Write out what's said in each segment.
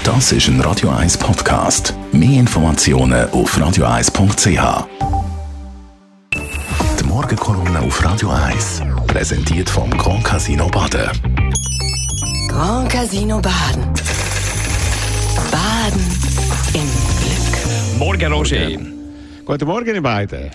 Das ist ein Radio 1 Podcast. Mehr Informationen auf radio1.ch. Die Morgenkolumne auf Radio 1 präsentiert vom Grand Casino Baden. Grand Casino Baden. Baden im Glück. Morgen, Roger. Guten Morgen, ihr beiden.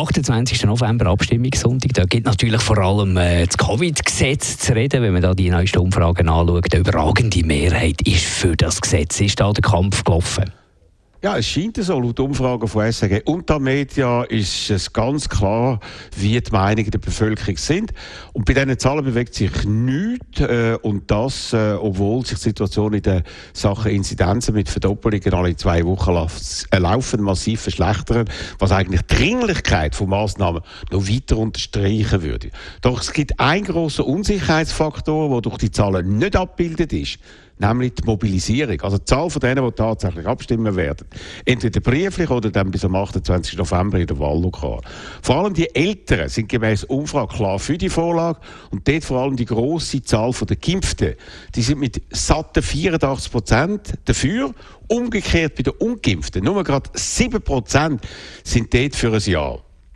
28. November, Abstimmungssonntag. Da gibt natürlich vor allem das Covid-Gesetz zu reden. Wenn man da die neuesten Umfragen anschaut, eine überragende Mehrheit ist für das Gesetz. Ist da der Kampf gelaufen? Ja, es scheint so, laut Umfragen von SRG und der Media ist es ganz klar, wie die Meinungen der Bevölkerung sind. Und bei diesen Zahlen bewegt sich nichts. Und das, obwohl sich die Situation in der Sache Inzidenzen mit Verdoppelungen alle 2 Wochen laufen, massiv verschlechtern, was eigentlich die Dringlichkeit von Massnahmen noch weiter unterstreichen würde. Doch es gibt einen grossen Unsicherheitsfaktor, der durch die Zahlen nicht abgebildet ist. Nämlich die Mobilisierung. Also die Zahl von denen, die tatsächlich abstimmen werden. Entweder brieflich oder dann bis am 28. November in der Wahllokal. Vor allem die Älteren sind gemäss Umfrage klar für die Vorlage. Und dort vor allem die grosse Zahl der Geimpften. Die sind mit satten 84% dafür. Umgekehrt bei den Ungeimpften. Nur gerade 7% sind dort für ein Ja.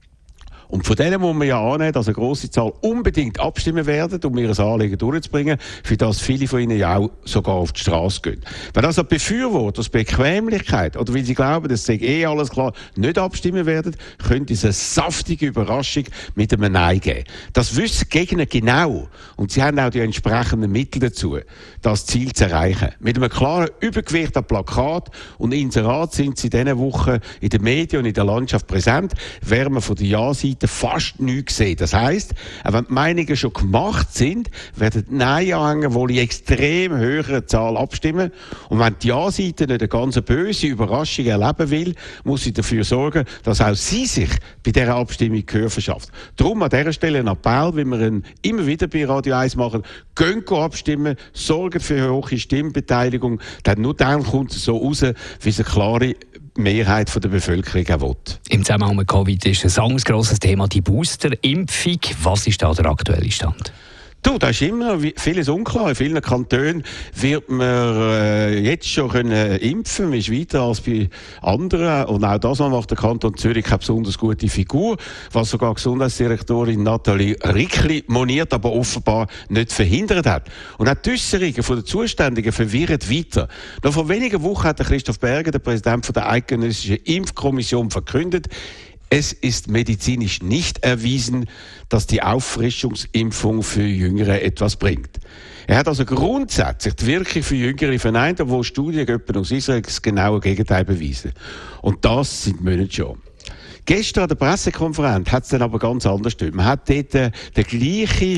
Und von denen muss man ja annehmen, dass eine grosse Zahl unbedingt abstimmen werden, um ihr Anliegen durchzubringen, für das viele von ihnen ja auch sogar auf die Straße gehen. Wenn also die Befürworter aus Bequemlichkeit oder weil sie glauben, das sei alles klar, nicht abstimmen werden, könnte es eine saftige Überraschung mit einem Nein geben. Das wissen die Gegner genau. Und sie haben auch die entsprechenden Mittel dazu, das Ziel zu erreichen. Mit einem klaren Übergewicht an Plakat und Inserat sind sie in diesen Wochen in den Medien und in der Landschaft präsent, während man von der Ja-Seite fast nichts sehen. Das heisst, auch wenn die Meinungen schon gemacht sind, werden die Nein-Anhänger wohl in extrem höherer Zahl abstimmen. Und wenn die Ja-Seite nicht eine ganz böse Überraschung erleben will, muss sie dafür sorgen, dass auch sie sich bei dieser Abstimmung Gehör verschafft. Darum an dieser Stelle ein Appell, wie wir ihn immer wieder bei Radio 1 machen, gehen abstimmen, sorgen für eine hohe Stimmbeteiligung, denn nur dann kommt es so raus, wie es eine klare Mehrheit der Bevölkerung auch will. Im Zusammenhang mit Covid ist ein anderes grosses Thema die Boosterimpfung. Was ist da der aktuelle Stand? Du, da ist immer vieles unklar. In vielen Kantonen wird man jetzt schon können impfen. Man ist weiter als bei anderen. Und auch das macht der Kanton Zürich eine besonders gute Figur, was sogar Gesundheitsdirektorin Nathalie Rickli moniert, aber offenbar nicht verhindert hat. Und auch die Äusserungen von den Zuständigen verwirren weiter. Noch vor wenigen Wochen hat Christoph Berger, der Präsident der Eidgenössischen Impfkommission, verkündet, es ist medizinisch nicht erwiesen, dass die Auffrischungsimpfung für Jüngere etwas bringt. Er hat also grundsätzlich die Wirkung für Jüngere verneint, obwohl Studien etwa aus Israel das genaue Gegenteil beweisen. Und das sind Monate schon. Gestern an der Pressekonferenz hat es dann aber ganz anders gestimmt. Man hat dort den gleichen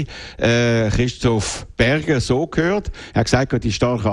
Christoph Berger so gehört. Er hat gesagt, der starke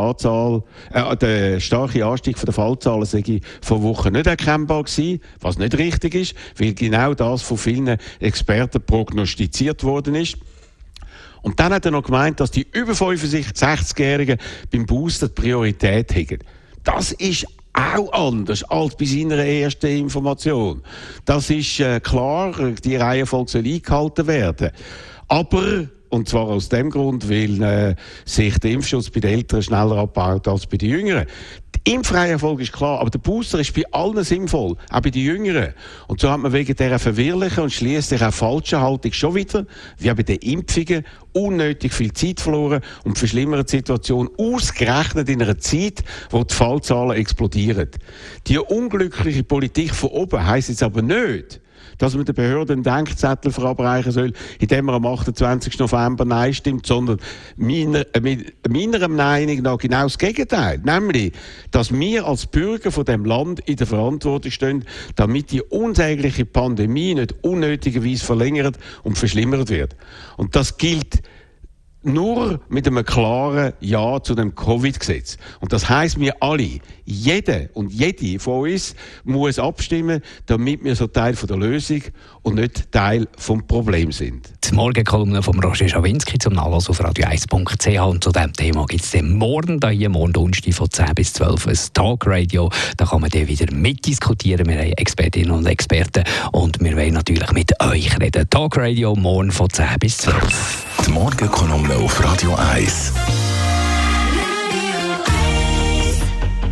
Anstieg der Fallzahlen sei vor Wochen nicht erkennbar gewesen, was nicht richtig ist, weil genau das von vielen Experten prognostiziert worden ist. Und dann hat er noch gemeint, dass die über 65-Jährigen beim Booster die Priorität haben. Das ist auch anders als bei seiner ersten Information. Das ist klar, die Reihenfolge soll eingehalten werden. Aber, und zwar aus dem Grund, weil sich der Impfschutz bei den Älteren schneller abbaut als bei den Jüngeren. Die Impfreihenfolge ist klar, aber der Booster ist bei allen sinnvoll, auch bei den Jüngeren. Und so hat man wegen dieser verwirrlichen und schliesslich auch falschen Haltung schon wieder, wie auch bei den Impfungen, unnötig viel Zeit verloren und verschlimmert die Situation ausgerechnet in einer Zeit, wo die Fallzahlen explodieren. Die unglückliche Politik von oben heisst jetzt aber nicht, dass man den Behörden einen Denkzettel verabreichen soll, indem man am 28. November Nein stimmt, sondern meiner Meinung nach genau das Gegenteil. Nämlich, dass wir als Bürger von dem Land in der Verantwortung stehen, damit die unsägliche Pandemie nicht unnötigerweise verlängert und verschlimmert wird. Und das gilt nur mit einem klaren Ja zu dem Covid-Gesetz. Und das heisst, wir alle, jeder und jede von uns muss abstimmen, damit wir so Teil von der Lösung und nicht Teil vom Problem sind. Die Morgenkolumne von Roger Schawinski zum Nachlass auf radio1.ch. Und zu diesem Thema gibt es dann morgen Donnerstag von 10 bis 12 ein Talkradio. Da kann man dann wieder mitdiskutieren. Wir haben Expertinnen und Experten und wir wollen natürlich mit euch reden. Talkradio morgen von 10 bis 12. Die Morgenkolumne auf Radio 1.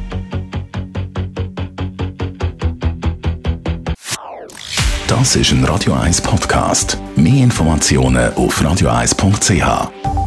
Das ist ein Radio 1 Podcast. Mehr Informationen auf radio1.ch.